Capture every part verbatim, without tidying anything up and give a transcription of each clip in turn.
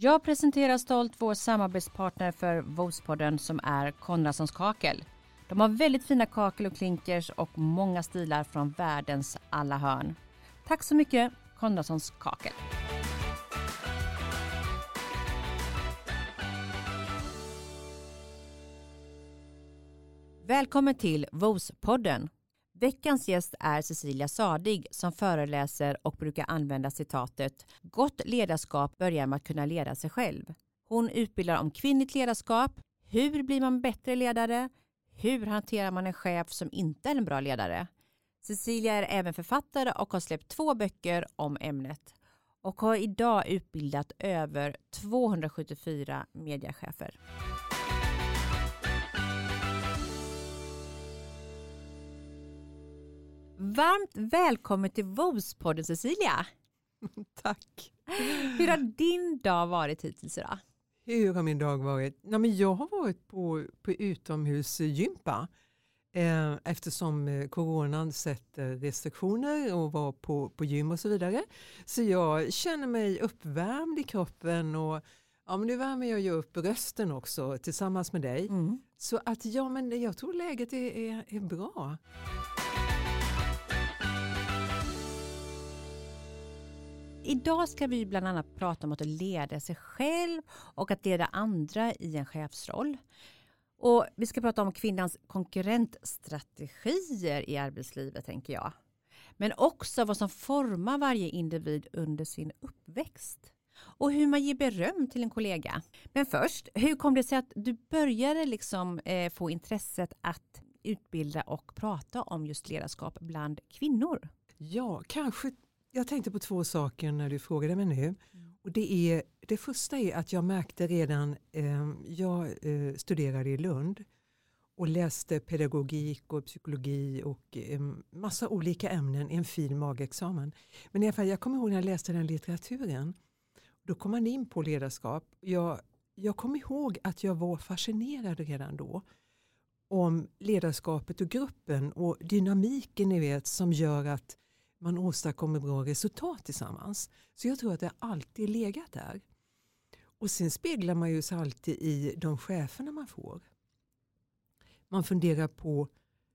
Jag presenterar stolt vår samarbetspartner för Vospodden som är Konradssons kakel. De har väldigt fina kakel och klinkers och många stilar från världens alla hörn. Tack så mycket, Konradssons kakel. Välkommen till Vospodden. Veckans gäst är Cecilia Sadig som föreläser och brukar använda citatet "Gott ledarskap börjar med att kunna leda sig själv". Hon utbildar om kvinnligt ledarskap, hur blir man bättre ledare, hur hanterar man en chef som inte är en bra ledare. Cecilia är även författare och har släppt två böcker om ämnet och har idag utbildat över tvåhundrasjuttiofyra mediechefer. Varmt välkommen till Vospodden, Cecilia. Tack. Hur har din dag varit hittills idag? Hur har min dag varit? Nej, men jag har varit på, på utomhusgympa eh, eftersom eh, coronan sätter restriktioner och var på, på gym och så vidare. Så jag känner mig uppvärmd i kroppen och ja, men nu värmer jag ju upp rösten också tillsammans med dig. Mm. Så att ja, men jag tror läget är, är, är bra. Idag ska vi bland annat prata om att leda sig själv och att leda andra i en chefsroll. Och vi ska prata om kvinnans konkurrentstrategier i arbetslivet, tänker jag. Men också vad som formar varje individ under sin uppväxt. Och hur man ger beröm till en kollega. Men först, hur kom det sig att du började liksom, eh, få intresset att utbilda och prata om just ledarskap bland kvinnor? Ja, kanske. Jag tänkte på två saker när du frågade mig nu. Mm. Och det, är, det första är att jag märkte redan, eh, jag eh, studerade i Lund och läste pedagogik och psykologi och eh, massa olika ämnen i en fin magexamen. Men i alla fall, jag kommer ihåg när jag läste den litteraturen. Då kom man in på ledarskap. Jag, jag kom ihåg att jag var fascinerad redan då om ledarskapet och gruppen och dynamiken, ni vet, som gör att man åstadkommer bra resultat tillsammans. Så jag tror att det alltid legat där. Och sen speglar man ju sig alltid i de cheferna man får. Man funderar på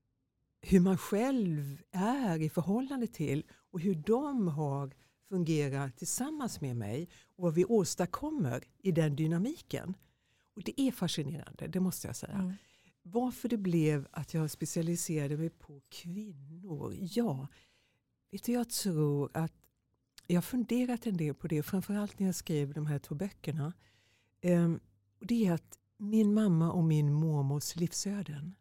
hur man själv är i förhållande till och hur de har fungerat tillsammans med mig och vad vi åstadkommer i den dynamiken. Och det är fascinerande, det måste jag säga. Mm. Varför det blev att jag specialiserade mig på kvinnor? Ja, vet du, jag tror att jag har funderat en del på det, framförallt när jag skrev de här två böckerna. Um, och det är att min mamma och min mormors livsöden.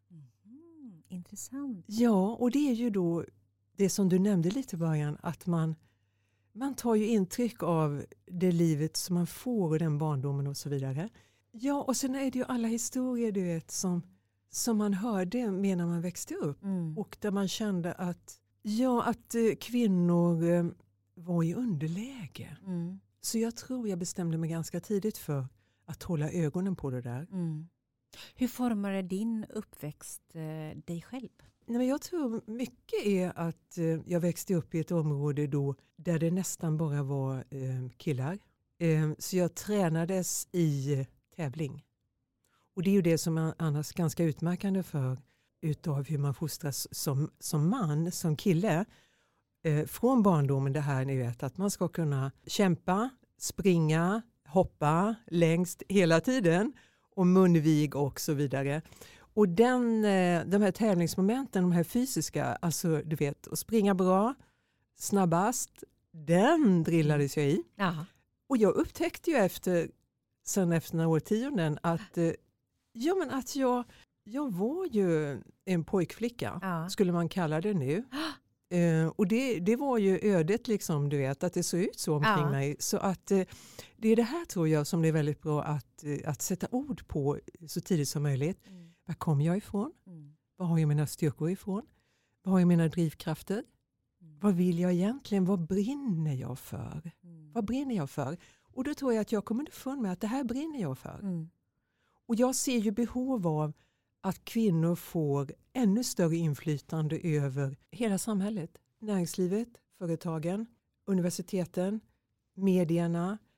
Mm, intressant. Ja, och det är ju då det som du nämnde lite i början, att man, man tar ju intryck av det livet som man får och den barndomen och så vidare. Ja, och sen är det ju alla historier, du vet, som, som man hörde medan man växte upp. Mm. Och där man kände att Ja, att eh, kvinnor eh, var i underläge. Mm. Så jag tror jag bestämde mig ganska tidigt för att hålla ögonen på det där. Mm. Hur formade din uppväxt eh, dig själv? Nej, men jag tror mycket är att eh, jag växte upp i ett område då där det nästan bara var eh, killar. Eh, så jag tränades i eh, tävling. Och det är ju det som är annars ganska utmärkande för utav hur man fostras som, som man, som kille. Eh, från barndomen det här, ni vet, att man ska kunna kämpa, springa, hoppa längst hela tiden och munvig och så vidare. Och den, eh, de här tävlingsmomenten, de här fysiska, alltså du vet, att springa bra, snabbast, den drillades jag i. Aha. Och jag upptäckte ju efter, sen efter några årtionden att, eh, ja, men att jag Jag var ju en pojkflicka, ja. Skulle man kalla det nu. Uh, och det, det var ju ödet liksom, du vet, att det såg ut så omkring ja. mig. Så att uh, det är det här tror jag som det är väldigt bra att, uh, att sätta ord på så tidigt som möjligt. Mm. Var kommer jag ifrån? Mm. Var har jag mina styrkor ifrån? Var har jag mina drivkrafter? Mm. Vad vill jag egentligen? Vad brinner jag för? Mm. Vad brinner jag för? Och då tror jag att jag kommer ifrån med att det här brinner jag för. Mm. Och jag ser ju behov av att kvinnor får ännu större inflytande över hela samhället. Näringslivet, företagen, universiteten, medierna,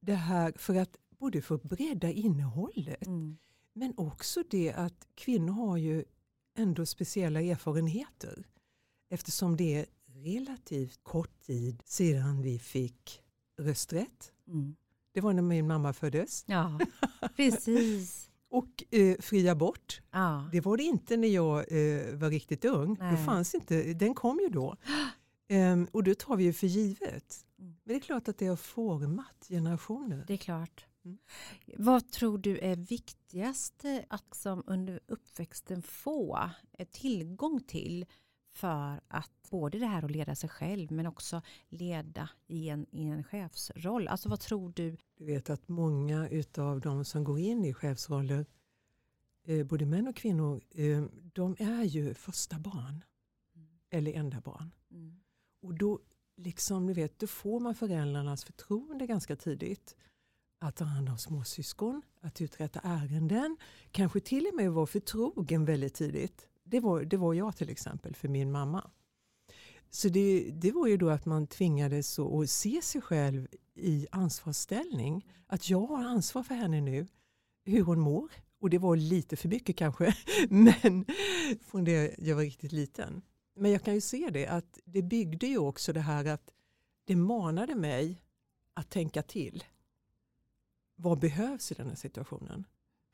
det här för att både för att bredda innehållet Mm. men också det att kvinnor har ju ändå speciella erfarenheter eftersom det är relativt kort tid sedan vi fick rösträtt. Mm. Det var när min mamma föddes. Ja, precis. Och eh, fri abort. Ja. Det var det inte när jag eh, var riktigt ung. Nej. Då fanns inte, den kom ju då. Um, och det tar vi ju för givet. Mm. Men det är klart att det har format generationer. Det är klart. Mm. Vad tror du är viktigast att som under uppväxten få tillgång till för att både det här att leda sig själv men också leda i en, i en chefsroll? Alltså vad tror du? Du vet att många utav de som går in i chefsroller, eh, både män och kvinnor, eh, de är ju första barn. Mm. Eller enda barn. Mm. Och då, liksom, du vet, då får man föräldrarnas förtroende ganska tidigt. Att ta hand om småsyskon, att uträtta ärenden. Kanske till och med vara förtrogen väldigt tidigt. Det var, det var jag till exempel för min mamma. Så det, det var ju då att man tvingades att se sig själv i ansvarsställning. Att jag har ansvar för henne nu. Hur hon mår. Och det var lite för mycket kanske. Men från det jag var riktigt liten. Men jag kan ju se det att det byggde ju också det här att det manade mig att tänka till. Vad behövs i den här situationen?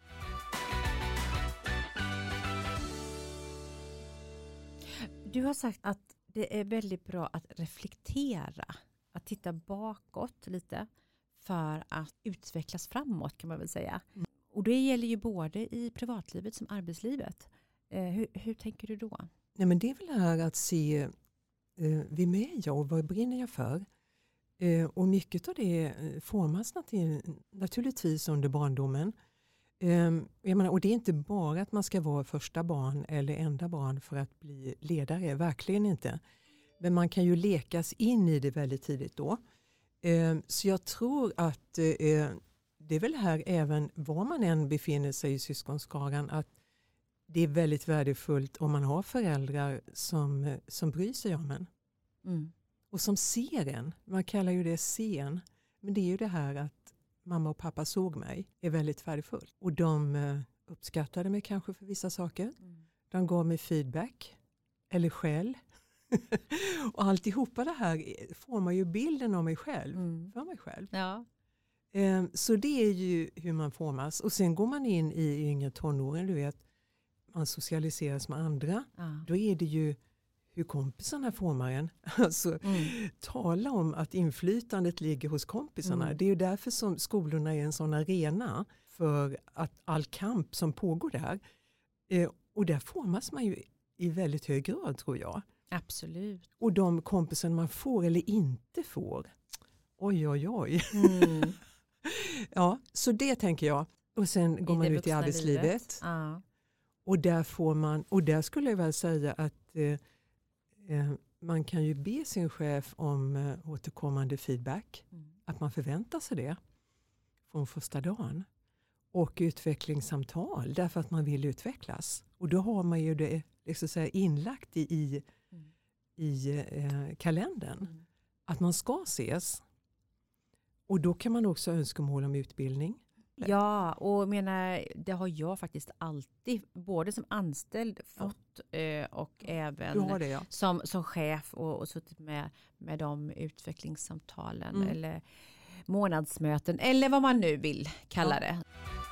Du har sagt att det är väldigt bra att reflektera. Att titta bakåt lite för att utvecklas framåt kan man väl säga. Mm. Och det gäller ju både i privatlivet som arbetslivet. Eh, hur, hur tänker du då? Nej, men det är väl det här att se eh, vem är jag och vad brinner jag för? Eh, och mycket av det formas nat- naturligtvis under barndomen. Eh, jag menar, och det är inte bara att man ska vara första barn eller enda barn för att bli ledare, verkligen inte. Men man kan ju lekas in i det väldigt tidigt då. Eh, så jag tror att eh, det är väl här även var man än befinner sig i syskonskaran att det är väldigt värdefullt om man har föräldrar som, som bryr sig om en. Mm. Och som ser en. Man kallar ju det sen. Men det är ju det här att mamma och pappa såg mig är väldigt värdefullt. Och de uh, uppskattade mig kanske för vissa saker. Mm. De gav mig feedback. Eller skäll. Och alltihopa det här får man ju bilden av mig själv. Mm. För mig själv. Ja. Um, så det är ju hur man formas. Och sen går man in i yngre tonåren, du vet. Man socialiseras med andra. Ja. Då är det ju hur kompisarna formar en. Alltså, Mm. tala om att inflytandet ligger hos kompisarna. Mm. Det är ju därför som skolorna är en sån arena för att all kamp som pågår där. Eh, och där formas man ju i väldigt hög grad, tror jag. Absolut. Och de kompisar man får eller inte får. Oj, oj, oj. Mm. Ja, så det tänker jag. Och sen går I man det ut i vuxna arbetslivet. livet. Ja. Och där får man, och där skulle jag väl säga att eh, eh, man kan ju be sin chef om eh, återkommande feedback. Mm. Att man förväntar sig det från första dagen. Och utvecklingssamtal därför att man vill utvecklas. Och då har man ju det liksom så här, inlagt i, i, Mm. i eh, kalendern. Mm. Att man ska ses. Och då kan man också ha önskemål om utbildning. Ja, och menar, det har jag faktiskt alltid, både som anställd fått eh, och Du har även det, ja. som, som chef och, och suttit med, med de utvecklingssamtalen Mm. eller månadsmöten eller vad man nu vill kalla Ja. det.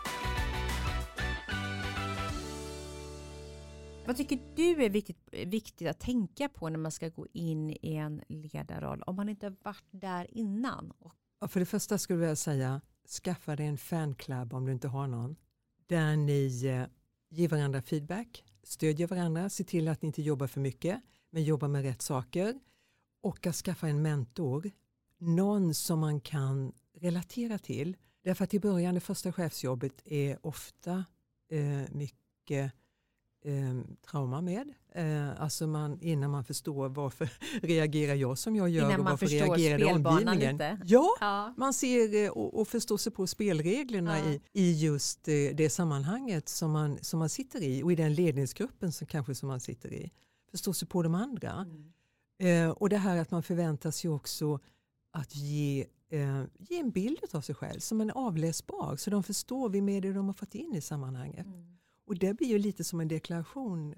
Vad tycker du är viktigt, viktigt att tänka på när man ska gå in i en ledarroll om man inte har varit där innan? Och Ja, för det första skulle jag säga, skaffa dig en fanclub om du inte har någon. Där ni eh, ger varandra feedback, stödjer varandra, se till att ni inte jobbar för mycket, men jobbar med rätt saker. Och att skaffa en mentor, någon som man kan relatera till. Därför att i början, det första chefsjobbet är ofta eh, mycket eh, trauma med. Eh, alltså man, innan man förstår varför reagerar jag som jag gör innan och man varför förstår reagerar spelbanan omgivningen. lite. Ja, Ja. man ser eh, och, och förstår sig på spelreglerna Ja. i, i just eh, det sammanhanget som man, som man sitter i och i den ledningsgruppen som kanske som man sitter i. Förstår sig på de andra. Mm. Eh, och det här att man förväntas ju också att ge eh, ge en bild av sig själv som en avläsbar så de förstår vem är det de har fått in i sammanhanget. Mm. Och det blir ju lite som en deklaration.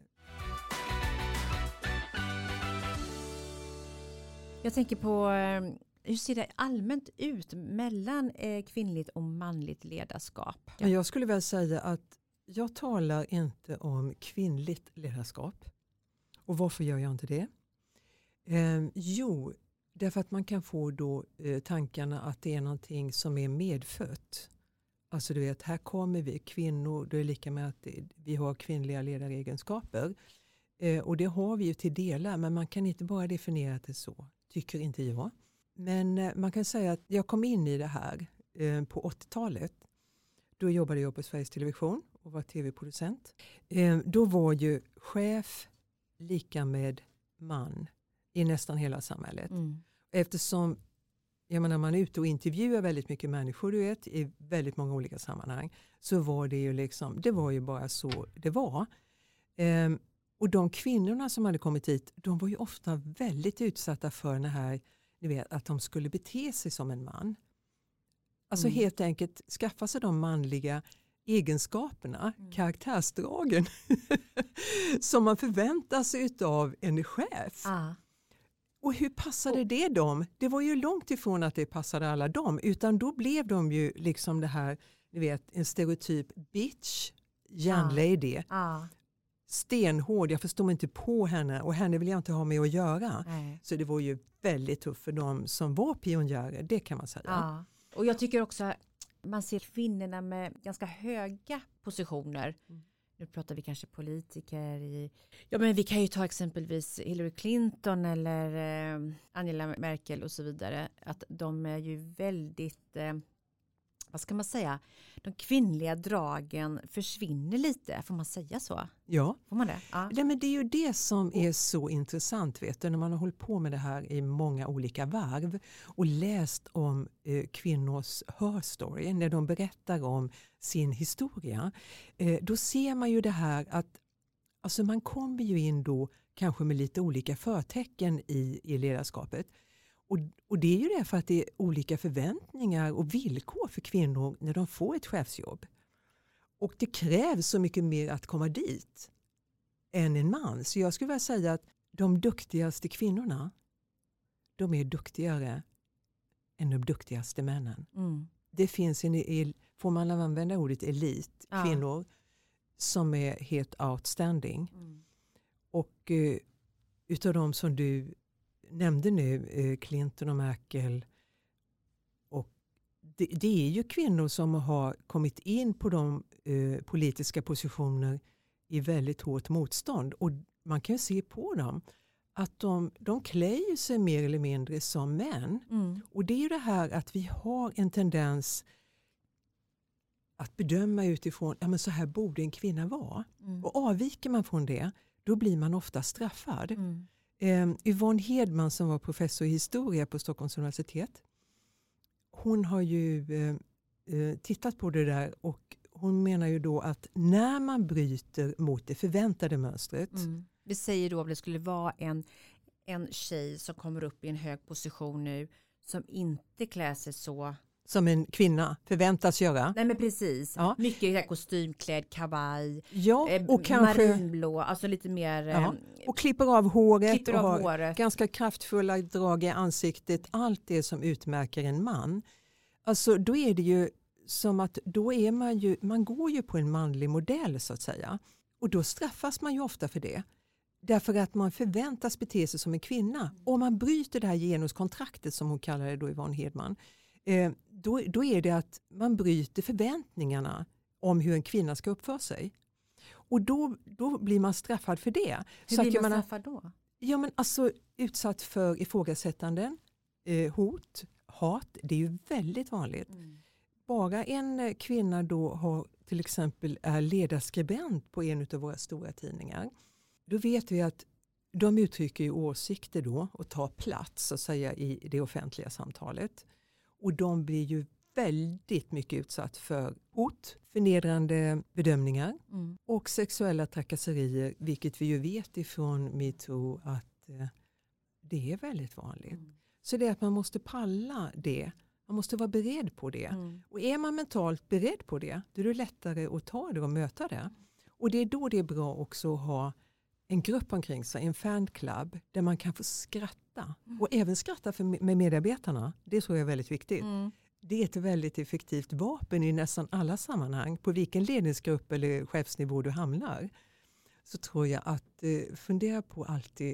Jag tänker på, hur ser det allmänt ut mellan eh, kvinnligt och manligt ledarskap? Ja. Jag skulle väl säga att jag talar inte om kvinnligt ledarskap. Och varför gör jag inte det? Eh, jo, därför att man kan få då eh, tankarna att det är någonting som är medfött. Alltså du vet, här kommer vi kvinnor, det är lika med att det, vi har kvinnliga ledaregenskaper. Eh, och det har vi ju till delar, men man kan inte bara definiera det så, tycker inte jag. Men eh, man kan säga att jag kom in i det här eh, på åttiotalet. Då jobbade jag på Sveriges Television och var tv-producent. Eh, då var ju chef lika med man i nästan hela samhället. Mm. Eftersom jag menar, man är ute och intervjuar väldigt mycket människor, du vet, i väldigt många olika sammanhang, så var det ju liksom, det var ju bara så det var. Eh, och de kvinnorna som hade kommit hit, de var ju ofta väldigt utsatta för den här, ni vet, att de skulle bete sig som en man. Alltså mm. helt enkelt skaffa sig de manliga egenskaperna, mm. karaktärsdragen som man förväntar sig av en chef. Ah. Och hur passade det dem? Det var ju långt ifrån att det passade alla dem, utan då blev de ju liksom det här, ni vet, en stereotyp bitch, järnlady. Ah. Ah. Stenhård, jag förstår mig inte på henne och henne vill jag inte ha med att göra. Nej. Så det var ju väldigt tufft för dem som var pionjärer, det kan man säga. Ja. Och jag tycker också man ser kvinnorna med ganska höga positioner. Mm. Nu pratar vi kanske politiker i, ja men vi kan ju ta exempelvis Hillary Clinton eller eh, Angela Merkel och så vidare. Att de är ju väldigt, eh, vad ska man säga, de kvinnliga dragen försvinner lite, får man säga så? Ja, får man det? Ja. Nej, men det är ju det som är så intressant, vet du, när man har hållit på med det här i många olika varv och läst om eh, kvinnors her story, när de berättar om sin historia, eh, då ser man ju det här att alltså man kommer ju in då kanske med lite olika förtecken i, i ledarskapet. Och, och det är ju därför att det är olika förväntningar och villkor för kvinnor när de får ett chefsjobb. Och det krävs så mycket mer att komma dit än en man. Så jag skulle vilja säga att de duktigaste kvinnorna, de är duktigare än de duktigaste männen. Mm. Det finns en, får man använda ordet elit, ja. Kvinnor som är helt outstanding. Mm. Och uh, utav de som du nämnde nu, uh, Clinton och Merkel, och det, det är ju kvinnor som har kommit in på de uh, politiska positioner i väldigt hårt motstånd. Och man kan ju se på dem att de, de klär sig mer eller mindre som män. Mm. Och det är ju det här att vi har en tendens att bedöma utifrån, ja men så här borde en kvinna vara. Mm. Och avviker man från det, då blir man ofta straffad. Mm. Eh, Yvonne Hedman som var professor i historia på Stockholms universitet, hon har ju eh, tittat på det där och hon menar ju då att när man bryter mot det förväntade mönstret. Mm. Vi säger då om det skulle vara en, en tjej som kommer upp i en hög position nu som inte klär sig så. Som en kvinna förväntas göra. Nej men precis. Ja. Mycket kostymklädd, kavaj, ja, eh, och kanske, marinblå, alltså lite mer. Ja. Och klipper av håret klipper av och har håret. Ganska kraftfulla drag i ansiktet. Allt det som utmärker en man. Alltså då är det ju som att då är man ju, man går ju på en manlig modell så att säga. Och då straffas man ju ofta för det. Därför att man förväntas bete sig som en kvinna. Och man bryter det här genuskontraktet som hon kallar det då, Yvonne Hedman. Eh, då, då är det att man bryter förväntningarna om hur en kvinna ska uppföra sig. Och då, då blir man straffad för det. Hur så blir man man straffad då? Ja men alltså utsatt för ifrågasättanden, eh, hot, hat. Det är ju väldigt vanligt. Mm. Bara en kvinna då har till exempel är ledarskribent på en av våra stora tidningar. Då vet vi att de uttrycker ju åsikter då och tar plats så att säga i det offentliga samtalet. Och de blir ju väldigt mycket utsatt för hot, förnedrande bedömningar mm. och sexuella trakasserier, vilket vi ju vet ifrån MeToo att eh, det är väldigt vanligt. Mm. Så det är att man måste palla det, Man måste vara beredd på det. Mm. Och är man mentalt beredd på det, då är det lättare att ta det och möta det. Och det är då det är bra också att ha en grupp omkring sig, en fanclub, där man kan få skratta. Mm. Och även skratta för, med medarbetarna. Det tror jag är väldigt viktigt. Mm. Det är ett väldigt effektivt vapen i nästan alla sammanhang. På vilken ledningsgrupp eller chefsnivå du hamnar. Så tror jag att eh, fundera på alltid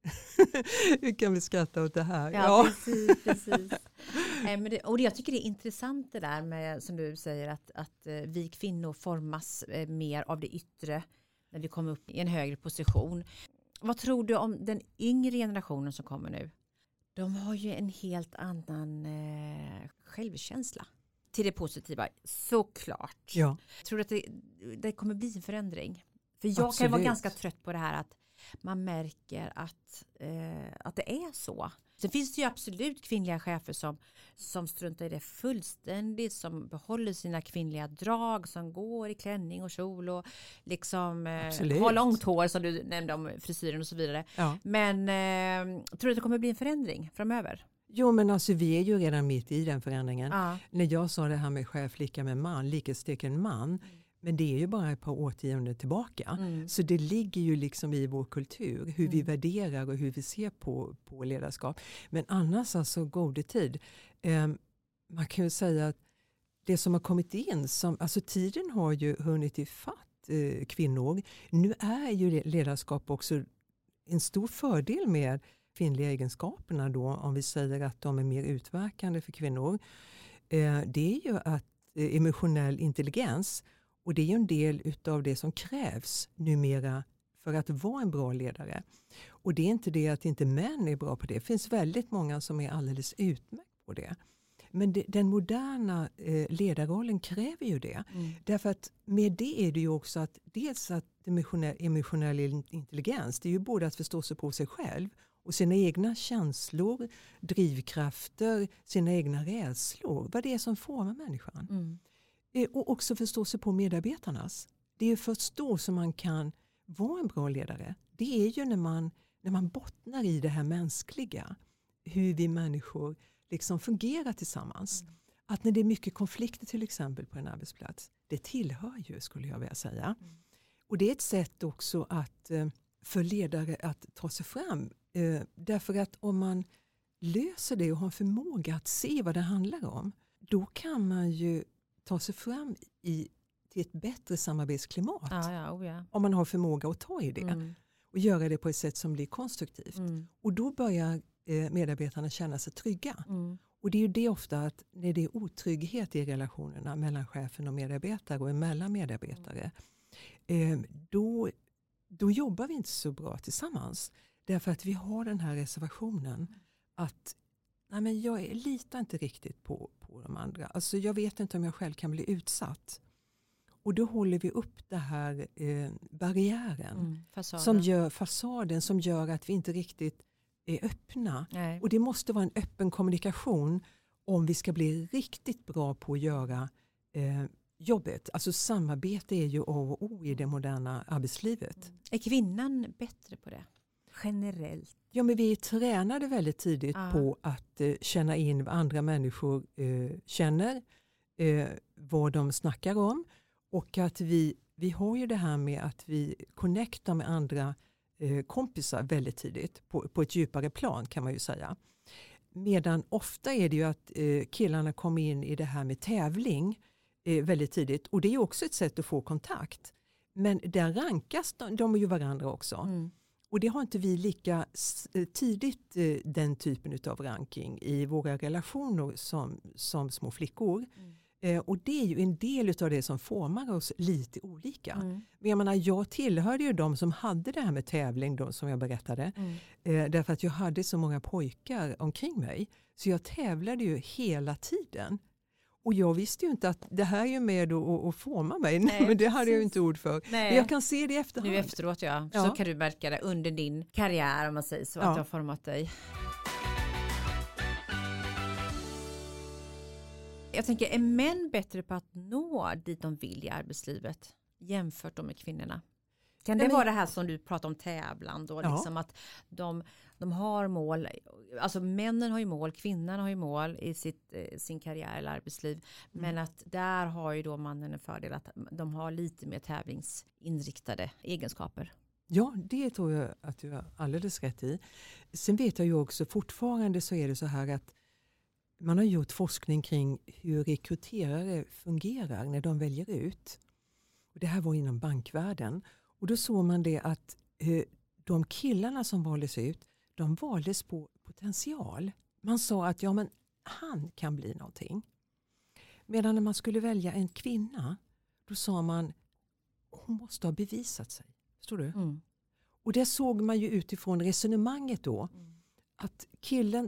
hur kan vi skratta åt det här? Ja, ja. precis. precis. eh, men det, och jag tycker det är intressant det där med, som du säger, att, att eh, vi kvinnor formas eh, mer av det yttre när vi kommer upp i en högre position. Vad tror du om den yngre generationen som kommer nu? De har ju en helt annan eh, självkänsla till det positiva, såklart. Ja. Tror du att det, det kommer bli en förändring? För jag Absolut. kan vara ganska trött på det här att man märker att, eh, att det är så. Sen finns det ju absolut kvinnliga chefer som, som struntar i det fullständigt, som behåller sina kvinnliga drag, som går i klänning och kjol och liksom eh, har långt hår, som du nämnde om frisyren och så vidare. Ja. Men eh, tror du att det kommer bli en förändring framöver? Jo, men alltså vi är ju redan mitt i den förändringen. Ja. När jag sa det här med chef lika med man, likhetstecken man, mm. men det är ju bara ett par årtionden tillbaka. Mm. Så det ligger ju liksom i vår kultur. Hur mm. vi värderar och hur vi ser på, på ledarskap. Men annars alltså gode tid. Eh, man kan ju säga att det som har kommit in. Som, alltså tiden har ju hunnit ifatt eh, kvinnor. Nu är ju ledarskap också en stor fördel med kvinnliga egenskaperna då. Om vi säger att de är mer utverkande för kvinnor. Eh, det är ju att eh, emotionell intelligens. Och det är ju en del utav det som krävs numera för att vara en bra ledare. Och det är inte det att inte män är bra på det. Det finns väldigt många som är alldeles utmärkt på det. Men det, den moderna eh, ledarrollen kräver ju det. Mm. Därför att med det är det ju också att dels att emotionell, emotionell intelligens, det är ju både att förstå sig på sig själv och sina egna känslor, drivkrafter, sina egna rädslor. Vad det är som formar människan. Mm. Och också förstå sig på medarbetarnas. Det är ju först då som man kan vara en bra ledare. Det är ju när man, när man bottnar i det här mänskliga. Hur vi människor liksom fungerar tillsammans. Mm. Att när det är mycket konflikter till exempel på en arbetsplats. Det tillhör ju, skulle jag vilja säga. Mm. Och det är ett sätt också att, för ledare att ta sig fram. Därför att om man löser det och har förmåga att se vad det handlar om. Då kan man ju ta sig fram i, till ett bättre samarbetsklimat. Ah, ja, oh ja. Om man har förmåga att ta i det. Mm. Och göra det på ett sätt som blir konstruktivt. Mm. Och då börjar eh, medarbetarna känna sig trygga. Mm. Och det är ju det ofta att när det är otrygghet i relationerna mellan chefen och medarbetare och mellan medarbetare. Mm. Eh, då, då jobbar vi inte så bra tillsammans. Därför att vi har den här reservationen. Att nej, men jag litar inte riktigt på, på de andra. Alltså jag vet inte om jag själv kan bli utsatt. Och då håller vi upp det här eh, barriären. Mm, fasaden. Som gör, fasaden som gör att vi inte riktigt är öppna. Nej. Och det måste vara en öppen kommunikation om vi ska bli riktigt bra på att göra eh, jobbet. Alltså samarbete är ju A och O i det moderna arbetslivet. Mm. Är kvinnan bättre på det? Generellt? Ja, men vi tränade väldigt tidigt ah. på att eh, känna in vad andra människor eh, känner, eh, vad de snackar om och att vi, vi har ju det här med att vi connectar med andra eh, kompisar väldigt tidigt på, på ett djupare plan kan man ju säga. Medan ofta är det ju att eh, killarna kommer in i det här med tävling eh, väldigt tidigt och det är ju också ett sätt att få kontakt. Men där rankas de, de är ju varandra också. Mm. Och det har inte vi lika tidigt den typen av ranking i våra relationer som, som små flickor. Mm. Eh, och det är ju en del av det som formar oss lite olika. Mm. Men jag menar, jag tillhörde ju de som hade det här med tävling då, som jag berättade. Mm. Eh, därför att jag hade så många pojkar omkring mig. Så jag tävlade ju hela tiden. Och jag visste ju inte att det här är ju med att forma mig. Nej, men det hade jag ju inte ord för. Nej. Men jag kan se det i efterhand. Nu efteråt, ja. ja. Så kan du märka det under din karriär, om man säger så, ja. Att du har format dig. Jag tänker, är män bättre på att nå dit de vill i arbetslivet jämfört med kvinnorna? Kan det Nej, men... vara det här som du pratar om tävlan då? Ja. Liksom att de, de har mål, alltså männen har ju mål, kvinnorna har ju mål i sitt, sin karriär eller arbetsliv. Mm. Men att där har ju då mannen en fördel att de har lite mer tävlingsinriktade egenskaper. Ja, det tror jag att du har alldeles rätt i. Sen vet jag ju också, fortfarande så är det så här att man har gjort forskning kring hur rekryterare fungerar när de väljer ut. Och det här var inom bankvärlden. Och då såg man det att eh, de killarna som valdes ut, de valdes på potential. Man sa att ja, men han kan bli någonting. Medan när man skulle välja en kvinna, då sa man hon måste ha bevisat sig. Förstår du? Mm. Och det såg man ju utifrån resonemanget då. Mm. Att killen,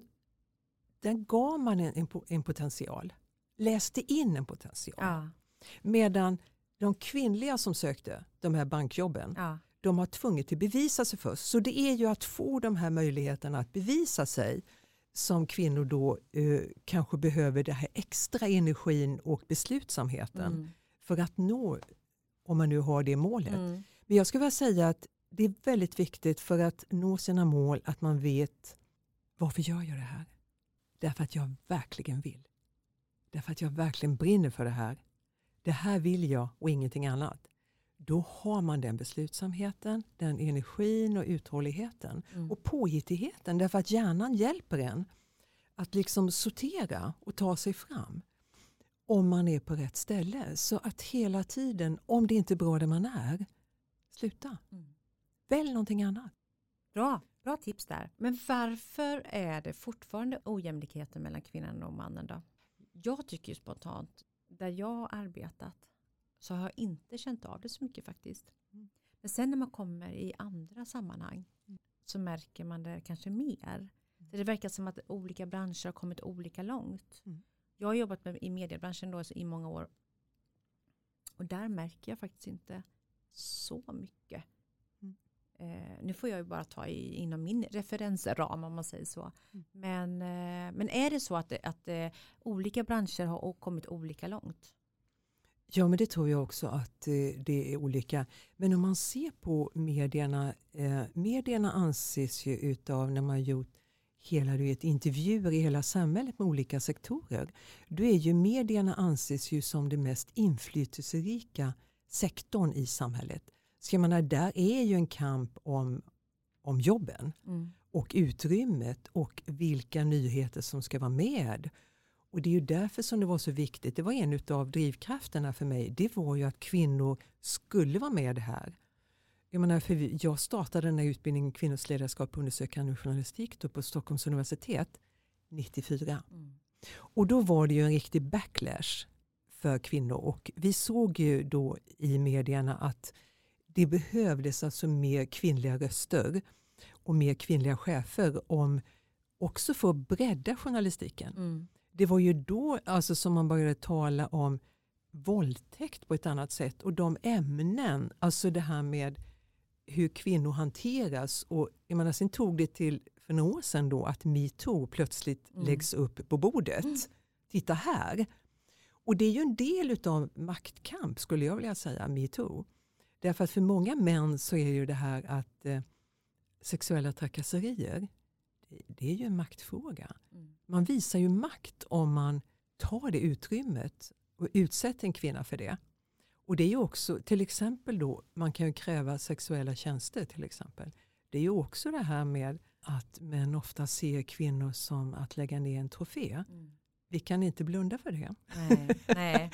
den gav man en, en, en potential. Läste in en potential. Ja. Medan de kvinnliga som sökte de här bankjobben, ja. de har tvunget att bevisa sig först. Så det är ju att få de här möjligheterna att bevisa sig som kvinnor då eh, kanske behöver det här extra energin och beslutsamheten mm. för att nå, om man nu har det målet. Mm. Men jag skulle vilja säga att det är väldigt viktigt för att nå sina mål att man vet varför gör jag det här? Därför att jag verkligen vill. Därför att jag verkligen brinner för det här. Det här vill jag och ingenting annat. Då har man den beslutsamheten, den energin och uthålligheten. Mm. Och påhittigheten. Därför att hjärnan hjälper en att liksom sortera och ta sig fram. Om man är på rätt ställe. Så att hela tiden, om det inte är bra där man är, sluta. Mm. Välj någonting annat. Bra, bra tips där. Men varför är det fortfarande ojämlikheten mellan kvinnan och mannen då? Jag tycker ju spontant, där jag har arbetat så har jag inte känt av det så mycket faktiskt. Mm. Men sen när man kommer i andra sammanhang mm. så märker man det kanske mer. Mm. Så det verkar som att olika branscher har kommit olika långt. Mm. Jag har jobbat med, i mediebranschen då, i många år. Och där märker jag faktiskt inte så mycket. Mm. Eh, nu får jag ju bara ta i, inom min referensram om man säger så. Mm. Men, eh, men är det så att, att eh, olika branscher har kommit olika långt? Ja, men det tror jag också att eh, det är olika. Men om man ser på medierna, eh, medierna anses ju utav när man har gjort hela du vet, intervjuer i hela samhället med olika sektorer. Då är ju medierna anses ju som det mest inflytelserika sektorn i samhället. Så jag menar, där är ju en kamp om, om jobben mm. och utrymmet och vilka nyheter som ska vara med. Och det är ju därför som det var så viktigt. Det var en av drivkrafterna för mig. Det var ju att kvinnor skulle vara med här. Jag menar, för jag startade den här utbildningen kvinnors ledarskap och undersökande journalistik då på Stockholms universitet nittiofyra. Mm. Och då var det ju en riktig backlash för kvinnor. Och vi såg ju då i medierna att det behövdes alltså mer kvinnliga röster och mer kvinnliga chefer om också för att bredda journalistiken. Mm. Det var ju då alltså som man började tala om våldtäkt på ett annat sätt. Och de ämnen, alltså det här med hur kvinnor hanteras. Och jag menar, sen tog det till för några år sedan då att MeToo plötsligt mm. läggs upp på bordet. Mm. Titta här. Och det är ju en del av maktkamp skulle jag vilja säga, MeToo. Därför att för många män så är ju det här att eh, sexuella trakasserier, det, det är ju en maktfråga. Mm. Man visar ju makt om man tar det utrymmet och utsätter en kvinna för det. Och det är ju också, till exempel då, man kan ju kräva sexuella tjänster till exempel. Det är ju också det här med att män ofta ser kvinnor som att lägga ner en trofé. Mm. Vi kan inte blunda för det. Nej, nej.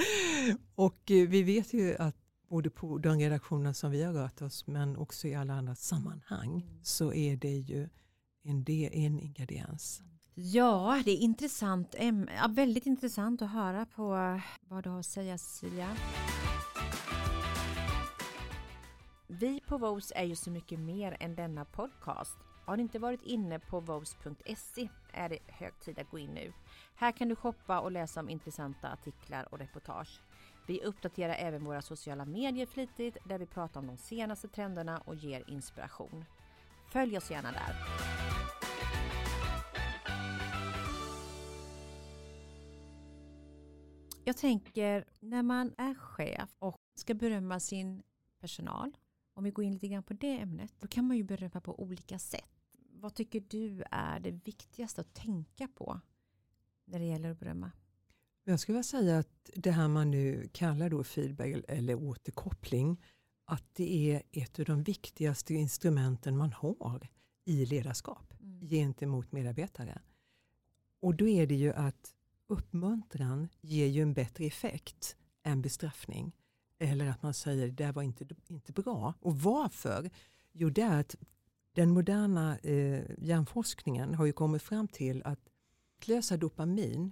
Och eh, vi vet ju att både på den redaktionen som vi har rört oss men också i alla andra sammanhang mm. så är det ju en, det, en ingrediens. Ja, det är intressant. Ja, väldigt intressant att höra på vad du har att säga, Cecilia. Vi på V O S är ju så mycket mer än denna podcast. Har du inte varit inne på vos punkt se är det hög tid att gå in nu. Här kan du shoppa och läsa om intressanta artiklar och reportage. Vi uppdaterar även våra sociala medier flitigt där vi pratar om de senaste trenderna och ger inspiration. Följ oss gärna där. Jag tänker, när man är chef och ska berömma sin personal Om vi går in lite grann på det ämnet, då kan man ju berömma på olika sätt. Vad tycker du är det viktigaste att tänka på när det gäller att berömma? Jag skulle vilja säga att det här man nu kallar då feedback eller återkoppling, att det är ett av de viktigaste instrumenten man har i ledarskap mm. gentemot medarbetare. Och då är det ju att uppmuntran ger ju en bättre effekt än bestraffning. Eller att man säger det där var inte, inte bra. Och varför? Jo, det är att den moderna eh, hjärnforskningen har ju kommit fram till att lösa dopamin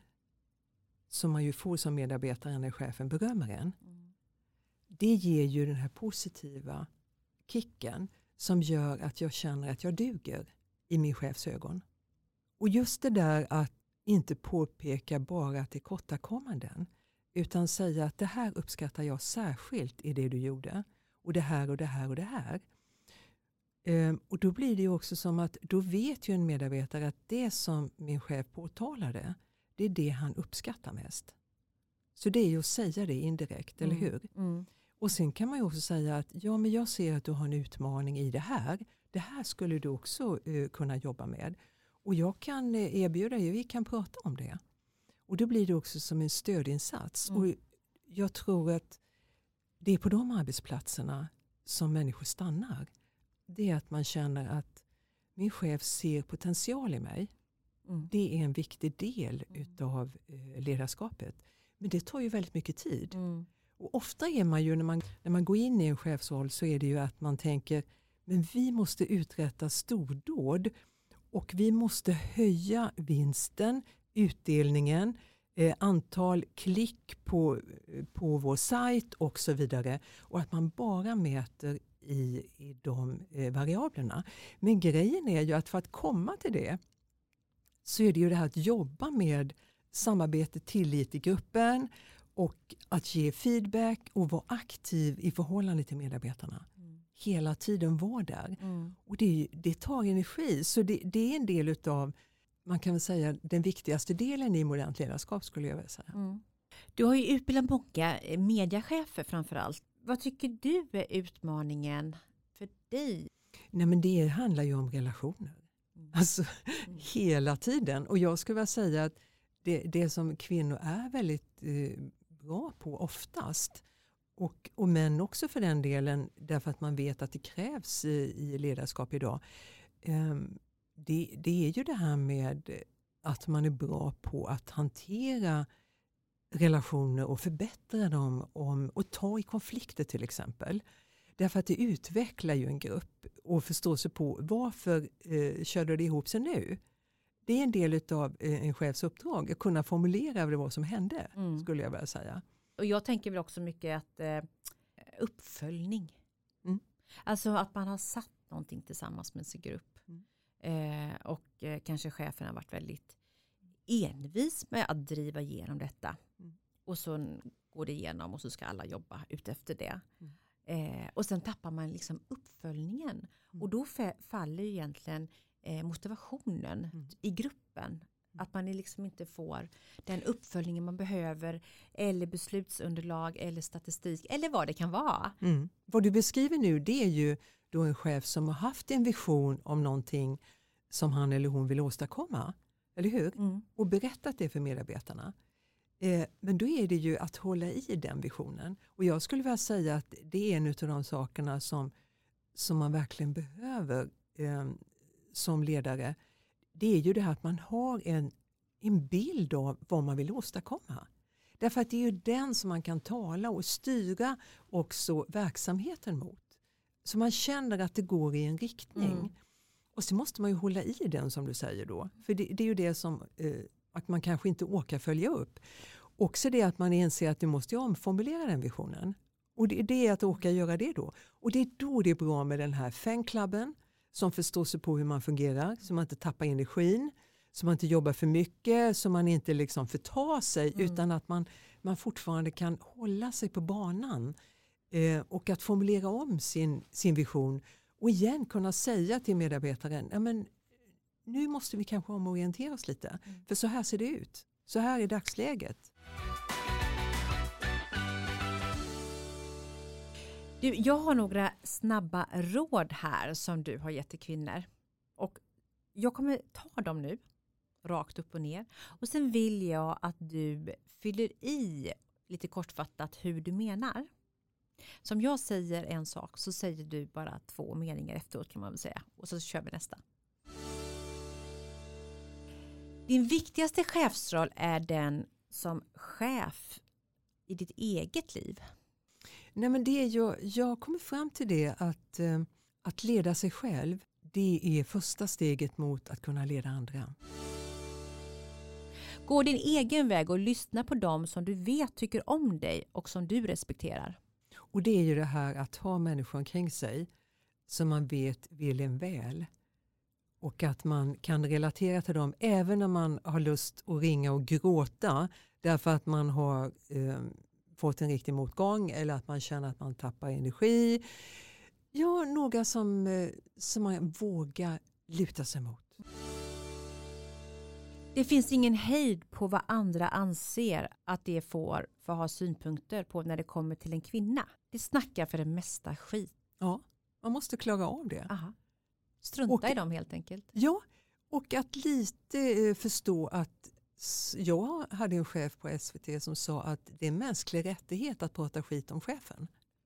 som man ju får som medarbetare när chefen berömmer en. Mm. Det ger ju den här positiva kicken som gör att jag känner att jag duger i min chefs ögon. Och just det där att inte påpeka bara att det är kortakommanden, utan säga att det här uppskattar jag särskilt i det du gjorde. Och det här och det här och det här. Ehm, och då blir det ju också som att då vet ju en medarbetare att det som min chef påtalade, det är det han uppskattar mest. Så det är ju att säga det indirekt, mm. eller hur? Mm. Och sen kan man ju också säga att ja, men jag ser att du har en utmaning i det här. Det här skulle du också uh, kunna jobba med. Och jag kan uh, erbjuda dig, vi kan prata om det. Och då blir det också som en stödinsats. Mm. Och jag tror att det är på de arbetsplatserna som människor stannar. Det är att man känner att min chef ser potential i mig. Mm. Det är en viktig del mm. utav eh, ledarskapet. Men det tar ju väldigt mycket tid. Mm. Och ofta är man ju när man, när man går in i en chefsroll så är det ju att man tänker men vi måste uträtta stordåd och vi måste höja vinsten, utdelningen, eh, antal klick på, på vår sajt och så vidare. Och att man bara mäter i, i de eh, variablerna. Men grejen är ju att för att komma till det så är det ju det här att jobba med samarbete, tillit i gruppen och att ge feedback och vara aktiv i förhållande till medarbetarna. Mm. Hela tiden vara där. Mm. Och det, det tar energi. Så det, det är en del utav, man kan väl säga, den viktigaste delen i modernt ledarskap skulle jag vilja säga. Mm. Du har ju utbildat många mediachefer framförallt. Vad tycker du är utmaningen för dig? Nej, men det handlar ju om relationer. Mm. Alltså mm. hela tiden. Och jag skulle vilja säga att det, det som kvinnor är väldigt eh, bra på oftast, och, och män också för den delen, därför att man vet att det krävs i, i ledarskap idag. Eh, det, det är ju det här med att man är bra på att hantera relationer och förbättra dem om, och ta i konflikter till exempel. Därför att det utvecklar ju en grupp och förstår sig på varför eh, körde det ihop sig nu. Det är en del av eh, en chefs uppdrag att kunna formulera vad det var som hände, mm. skulle jag vilja säga. Och jag tänker väl också mycket att eh, uppföljning. Mm. Alltså att man har satt någonting tillsammans med sin grupp. Mm. Eh, och eh, kanske chefen har varit väldigt envis med att driva igenom detta. Mm. Och så går det igenom och så ska alla jobba ut efter det. Mm. Eh, och sen tappar man liksom uppföljningen. Mm. Och då f- faller ju egentligen eh, motivationen mm. i gruppen. Mm. Att man liksom inte får den uppföljningen man behöver. Eller beslutsunderlag eller statistik. Eller vad det kan vara. Mm. Vad du beskriver nu, det är ju då en chef som har haft en vision om någonting som han eller hon vill åstadkomma. Eller hur? Mm. Och berättat det för medarbetarna. Eh, men då är det ju att hålla i den visionen. Och jag skulle vilja säga att det är en av de sakerna som, som man verkligen behöver eh, som ledare. Det är ju det här att man har en, en bild av vad man vill åstadkomma. Därför att det är ju den som man kan tala och styra också verksamheten mot. Så man känner att det går i en riktning. Mm. Och så måste man ju hålla i den som du säger då. För det, det är ju det som eh, att man kanske inte orkar följa upp. Också det att man inser att du måste omformulera den visionen. Och det, det är att orka göra det då. Och det är då det är bra med den här fanklubben som förstår sig på hur man fungerar. Så man inte tappar energin. Så man inte jobbar för mycket. Så man inte liksom förtar sig. Mm. Utan att man, man fortfarande kan hålla sig på banan. Eh, och att formulera om sin, sin vision. Och igen kunna säga till medarbetaren, ja, men nu måste vi kanske omorientera oss lite. Mm. För så här ser det ut. Så här är dagsläget. Du, jag har några snabba råd här som du har gett till kvinnor. Och jag kommer ta dem nu, rakt upp och ner. Och sen vill jag att du fyller i lite kortfattat hur du menar. Som jag säger en sak så säger du bara två meningar efteråt kan man väl säga. Och så kör vi nästa. Din viktigaste chefsroll är den som chef i ditt eget liv. Nej, men det är ju, jag kommer fram till det att, eh, att leda sig själv, det är första steget mot att kunna leda andra. Gå din egen väg och lyssna på dem som du vet tycker om dig och som du respekterar. Och det är ju det här att ha människor omkring sig som man vet vill en väl. Och att man kan relatera till dem även när man har lust att ringa och gråta därför att man har eh, fått en riktig motgång eller att man känner att man tappar energi. Ja, några som, eh, som man vågar luta sig mot. Det finns ingen hejd på vad andra anser att det får för att ha synpunkter på när det kommer till en kvinna. Det snackar för det mesta skit. Ja, man måste klara av det. Aha. Strunta och, i dem helt enkelt. Ja, och att lite eh, förstå att jag hade en chef på S V T som sa att det är mänsklig rättighet att prata skit om chefen.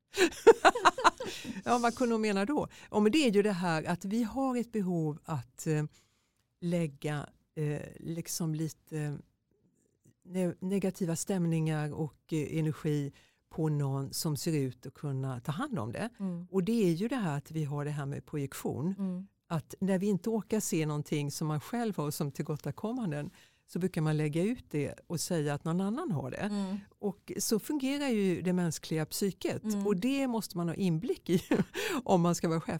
Ja, vad kunde hon mena då? Ja, men det är ju det här att vi har ett behov att eh, lägga eh, liksom lite ne- negativa stämningar och eh, energi på någon som ser ut att kunna ta hand om det. Mm. Och det är ju det här att vi har det här med projektion. Mm. Att när vi inte orkar se någonting som man själv har som tillgodokommanden så brukar man lägga ut det och säga att någon annan har det. Mm. Och så fungerar ju det mänskliga psyket. Mm. Och det måste man ha inblick i om man ska vara chef.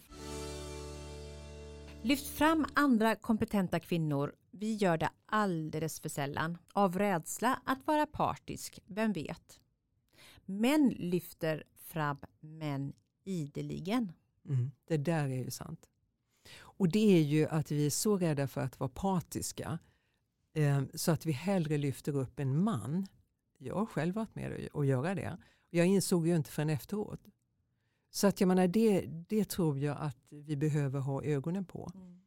Lyft fram andra kompetenta kvinnor. Vi gör det alldeles för sällan. Av rädsla att vara partisk, vem vet? Män lyfter fram män ideligen. Mm, det där är ju sant. Och det är ju att vi är så rädda för att vara partiska eh, så att vi hellre lyfter upp en man. Jag har själv varit med och göra det. Jag insåg ju inte förrän efteråt. Så att jag menar, det, det tror jag att vi behöver ha ögonen på. Mm.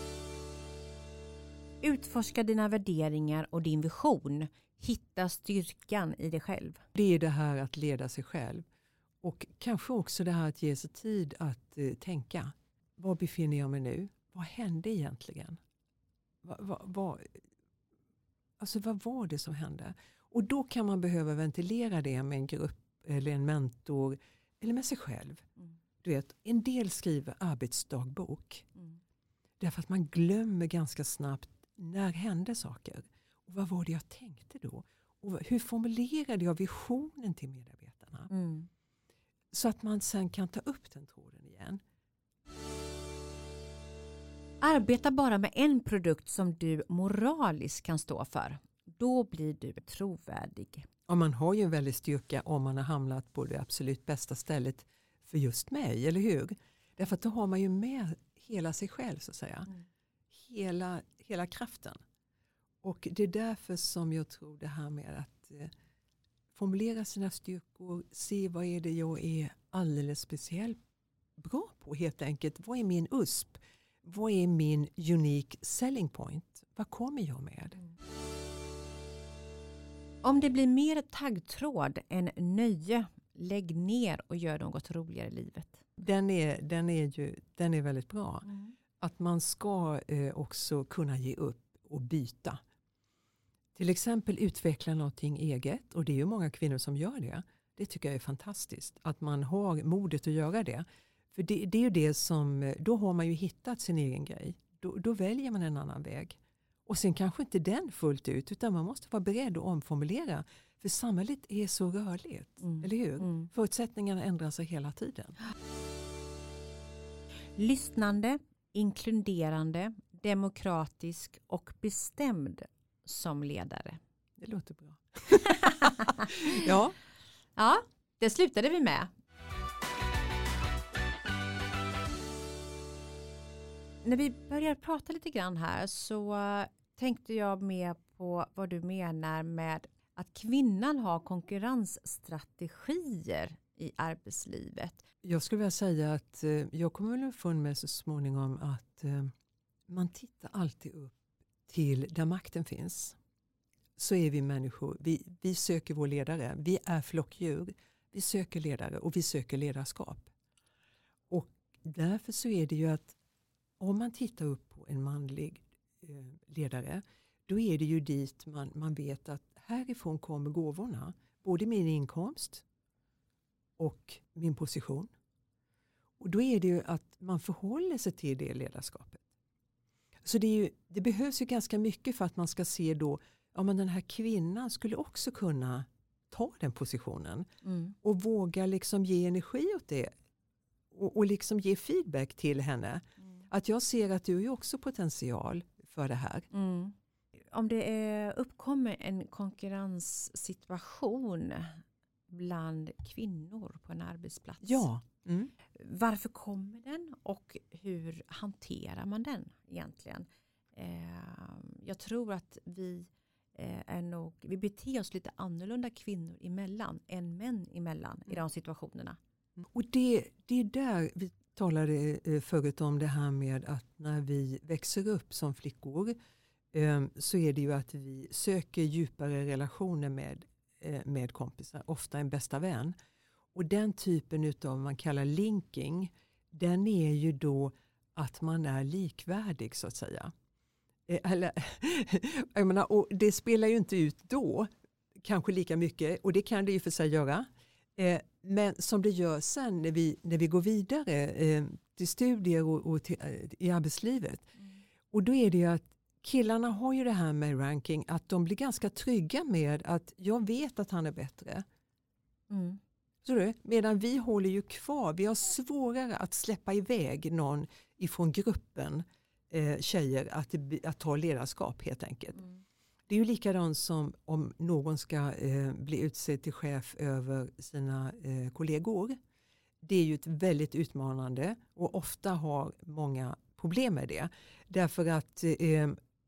Utforska dina värderingar och din vision. Hitta styrkan i dig själv. Det är det här att leda sig själv. Och kanske också det här att ge sig tid att eh, tänka. Var befinner jag mig nu? Vad hände egentligen? Va, va, va, alltså vad var det som hände? Och då kan man behöva ventilera det med en grupp eller en mentor eller med sig själv. Mm. Du vet, en del skriver arbetsdagbok. Mm. Därför att man glömmer ganska snabbt när hände saker. Och vad var det jag tänkte då? Och hur formulerade jag visionen till medarbetarna? Mm. Så att man sen kan ta upp den tråden igen. Arbeta bara med en produkt som du moraliskt kan stå för. Då blir du trovärdig. Och man har ju en väldig styrka om man har hamnat på det absolut bästa stället för just mig, eller hur? Därför att då har man ju med hela sig själv så att säga. Mm. Hela, hela kraften. Och det är därför som jag tror det här med att eh, formulera sina styrkor, se vad är det jag är alldeles speciellt bra på helt enkelt. Vad är min U S P? Vad är min unique selling point? Vad kommer jag med? Mm. Om det blir mer taggtråd än nöje, lägg ner och gör något roligare i livet. Den är, den är, ju, den är väldigt bra. Mm. Att man ska eh, också kunna ge upp och byta. Till exempel utveckla någonting eget. Och det är ju många kvinnor som gör det. Det tycker jag är fantastiskt. Att man har modet att göra det. För det, det är ju det som, då har man ju hittat sin egen grej. Då, då väljer man en annan väg. Och sen kanske inte den fullt ut, utan man måste vara beredd att omformulera. För samhället är så rörligt, mm. eller hur? Mm. Förutsättningarna ändrar sig hela tiden. Lyssnande, inkluderande, demokratisk och bestämd som ledare. Det låter bra. Ja. Ja, det slutade vi med. När vi börjar prata lite grann här så tänkte jag mer på vad du menar med att kvinnan har konkurrensstrategier i arbetslivet? Jag skulle vilja säga att eh, jag kommer väl ifrån med så småningom att eh, man tittar alltid upp till där makten finns. Så är vi människor. Vi, vi söker vår ledare. Vi är flockdjur. Vi söker ledare och vi söker ledarskap. Och därför så är det ju att om man tittar upp på en manlig eh, ledare, då är det ju dit man, man vet att härifrån kommer gåvorna. Både min inkomst och min position. Och då är det ju att man förhåller sig till det ledarskapet. Så det, är ju, det behövs ju ganska mycket för att man ska se då, ja men den här kvinnan skulle också kunna ta den positionen. Mm. Och våga liksom ge energi åt det. Och, och liksom ge feedback till henne. Mm. Att jag ser att du är också potential för det här. Mm. Om det är, uppkommer en konkurrenssituation bland kvinnor på en arbetsplats. Ja. Mm. Varför kommer den och hur hanterar man den egentligen? Eh, jag tror att vi eh, är nog, vi beter oss lite annorlunda kvinnor emellan än män emellan mm. i de situationerna. Och det, det är där vi talade förut om det här med att när vi växer upp som flickor eh, så är det ju att vi söker djupare relationer med, eh, med kompisar, ofta en bästa vän. Och den typen utav man kallar linking, den är ju då att man är likvärdig så att säga. Eh, eller, jag menar, och det spelar ju inte ut då kanske lika mycket, och det kan det ju för sig göra. Eh, men som det gör sen när vi, när vi går vidare eh, till studier och, och till, eh, i arbetslivet. Mm. Och då är det ju att killarna har ju det här med ranking, att de blir ganska trygga med att jag vet att han är bättre. Mm. Så det, medan vi håller ju kvar, vi har svårare att släppa iväg någon ifrån gruppen eh, tjejer att, att ta ledarskap helt enkelt. Mm. Det är ju likadant som om någon ska eh, bli utsedd till chef över sina eh, kollegor. Det är ju ett väldigt utmanande och ofta har många problem med det. Därför att eh,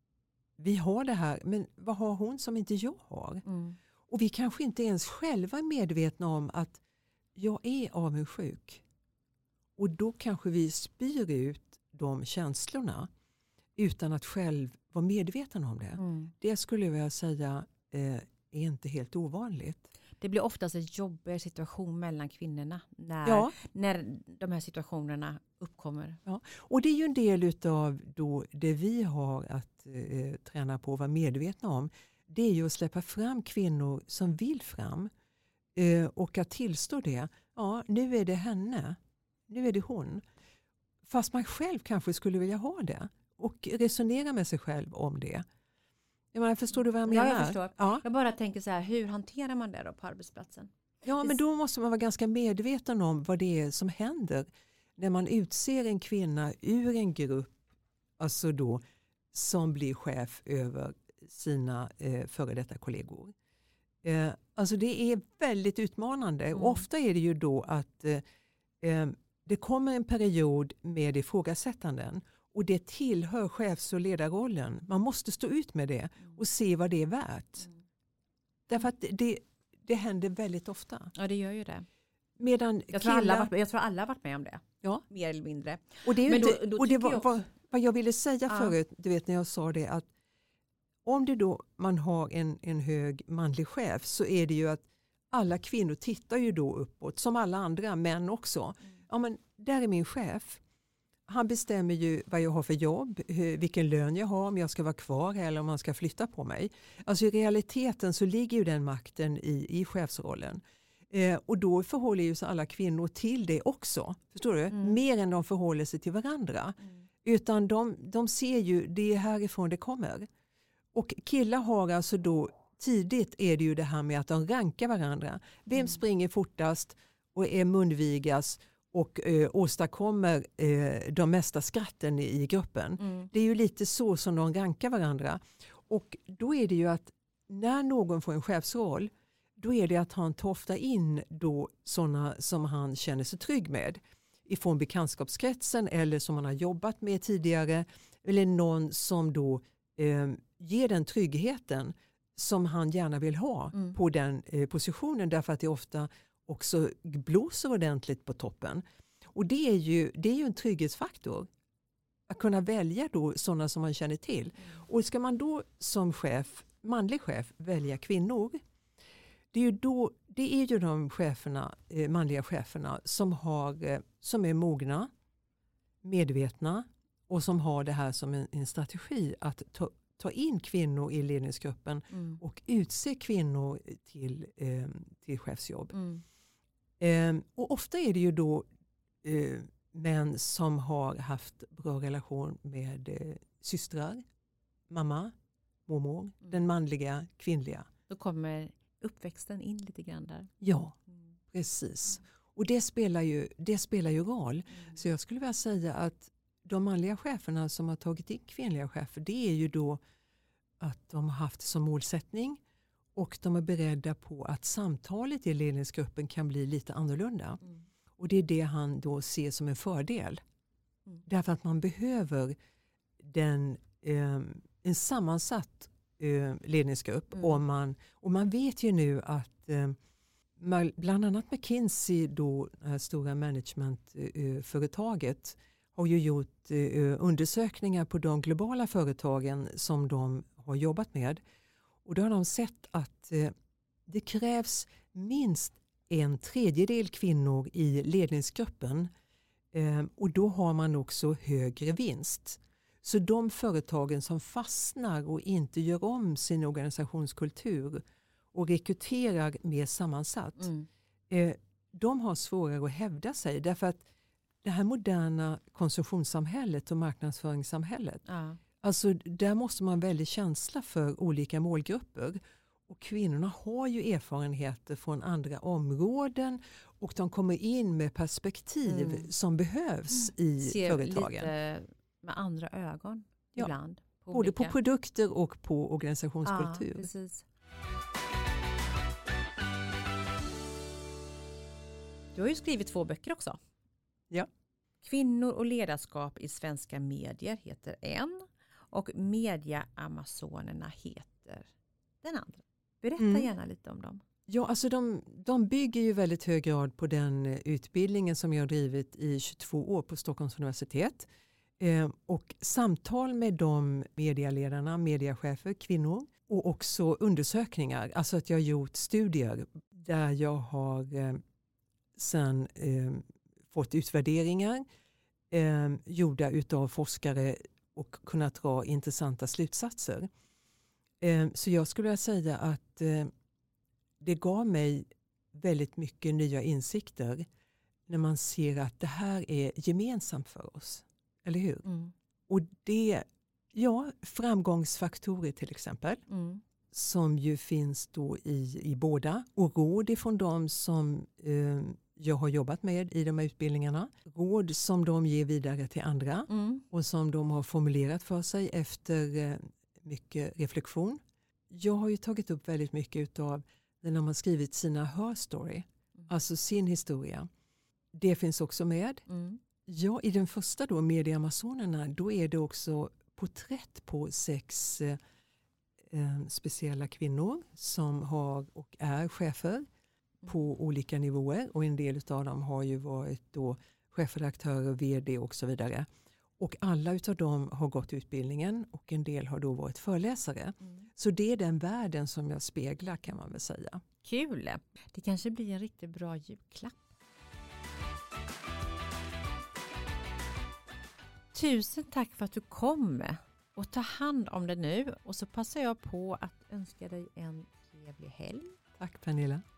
vi har det här, men vad har hon som inte jag har? Mm. Och vi kanske inte ens själva är medvetna om att jag är avundsjuk. Och då kanske vi spyr ut de känslorna utan att själv vara medveten om det. Mm. Det skulle jag vilja säga eh, är inte helt ovanligt. Det blir oftast en jobbig situation mellan kvinnorna när, ja. när de här situationerna uppkommer. Ja. Och det är ju en del av då det vi har att eh, träna på och vara medvetna om. Det är ju att släppa fram kvinnor som vill fram. Eh, och att tillstå det. Ja, nu är det henne. Nu är det hon. Fast man själv kanske skulle vilja ha det. Och resonera med sig själv om det. Jag menar, förstår du vad jag menar? Ja, jag förstår. Ja. Jag bara tänker så här, hur hanterar man det då på arbetsplatsen? Ja, men då måste man vara ganska medveten om vad det är som händer. När man utser en kvinna ur en grupp, alltså då, som blir chef över sina eh, före detta kollegor. Eh, alltså det är väldigt utmanande. Mm. Och ofta är det ju då att eh, eh, det kommer en period med ifrågasättanden. Och det tillhör chefs- och ledarrollen. Man måste stå ut med det och se vad det är värt. Mm. Därför att det, det händer väldigt ofta. Ja, det gör ju det. Medan jag, tror killar... alla varit, jag tror alla har varit med om det. Ja. Mer eller mindre. Och det, är Men inte, då, då och det var jag vad, vad jag ville säga ja. förut, du vet när jag sa det, att om det då man har en, en hög manlig chef så är det ju att alla kvinnor tittar ju då uppåt, som alla andra män också. Mm. Ja, men där är min chef. Han bestämmer ju vad jag har för jobb, hur, vilken lön jag har, om jag ska vara kvar eller om man ska flytta på mig. Alltså i realiteten så ligger ju den makten i, i chefsrollen. Eh, och då förhåller ju sig alla kvinnor till det också. Förstår du? Mm. Mer än de förhåller sig till varandra. Mm. Utan de, de ser ju, det är härifrån det kommer. Och killar har alltså då, tidigt är det ju det här med att de rankar varandra. Vem mm. springer fortast och är munvigas och eh, åstadkommer eh, de mesta skratten i, i gruppen. Mm. Det är ju lite så som de rankar varandra. Och då är det ju att när någon får en chefsroll, då är det att han tar ofta in då sådana som han känner sig trygg med. Ifrån bekantskapskretsen eller som han har jobbat med tidigare. Eller någon som då eh, ger den tryggheten som han gärna vill ha mm. på den eh, positionen. Därför att det ofta också blåser ordentligt på toppen. Och det är ju, det är ju en trygghetsfaktor. Att kunna välja då sådana som man känner till. Och ska man då som chef, manlig chef, välja kvinnor, det är ju, då, det är ju de cheferna, eh, manliga cheferna som, har, eh, som är mogna, medvetna och som har det här som en, en strategi att ta, ta in kvinnor i ledningsgruppen mm. och utse kvinnor till, eh, till chefsjobb. Mm. Eh, och ofta är det ju då eh, män som har haft bra relation med eh, systrar, mamma, mormor, mm. den manliga, kvinnliga. Då kommer uppväxten in lite grann där. Ja, mm. precis. Och det spelar ju, det spelar ju roll. Mm. Så jag skulle vilja säga att de manliga cheferna som har tagit in kvinnliga chefer, det är ju då att de har haft som målsättning och de är beredda på att samtalet i ledningsgruppen kan bli lite annorlunda. Mm. Och det är det han då ser som en fördel. Mm. Därför att man behöver den, eh, en sammansatt eh, ledningsgrupp. Mm. Och, man, och man vet ju nu att eh, bland annat McKinsey, då, det här stora managementföretaget, har ju gjort eh, undersökningar på de globala företagen som de har jobbat med. Och då har de sett att eh, det krävs minst en tredjedel kvinnor i ledningsgruppen. Eh, och då har man också högre vinst. Så de företagen som fastnar och inte gör om sin organisationskultur och rekryterar mer sammansatt, mm. eh, de har svårare att hävda sig. Därför att det här moderna konsumtionssamhället och marknadsföringssamhället, ja. Alltså där måste man välja känsla för olika målgrupper. Och kvinnorna har ju erfarenheter från andra områden och de kommer in med perspektiv mm. som behövs mm. i Ser företagen. Lite med andra ögon ja. Ibland. På Både olika. På produkter och på organisationskultur. Ja, precis. Du har ju skrivit två böcker också. Ja. Kvinnor och ledarskap i svenska medier heter en. Och Media-Amazonerna heter den andra. Berätta mm. gärna lite om dem. Ja, alltså de, de bygger ju väldigt hög grad på den utbildningen som jag har drivit i tjugotvå år på Stockholms universitet. Eh, och samtal med de medialedarna, mediachefer, kvinnor och också undersökningar. Alltså att jag har gjort studier där jag har eh, sen eh, fått utvärderingar eh, gjorda utav forskare och kunnat dra intressanta slutsatser. Eh, så jag skulle vilja säga att eh, det gav mig väldigt mycket nya insikter när man ser att det här är gemensamt för oss. Eller hur? Mm. Och det, ja, framgångsfaktorer till exempel. Mm. Som ju finns då i, i båda. Och råd ifrån de som eh, jag har jobbat med i de här utbildningarna. Råd som de ger vidare till andra. Mm. Och som de har formulerat för sig efter eh, mycket reflektion. Jag har ju tagit upp väldigt mycket av när de har skrivit sina her story. Mm. Alltså sin historia. Det finns också med. Mm. Ja, i den första då, Media-Amazonerna, då är det också porträtt på sex eh, speciella kvinnor som har och är chefer mm. på olika nivåer. Och en del av dem har ju varit då chefredaktörer, vd och så vidare. Och alla utav dem har gått utbildningen och en del har då varit föreläsare. Mm. Så det är den världen som jag speglar, kan man väl säga. Kul! Det kanske blir en riktigt bra julklapp. Tusen tack för att du kom och ta hand om det nu. Och så passar jag på att önska dig en trevlig helg. Tack Pernilla.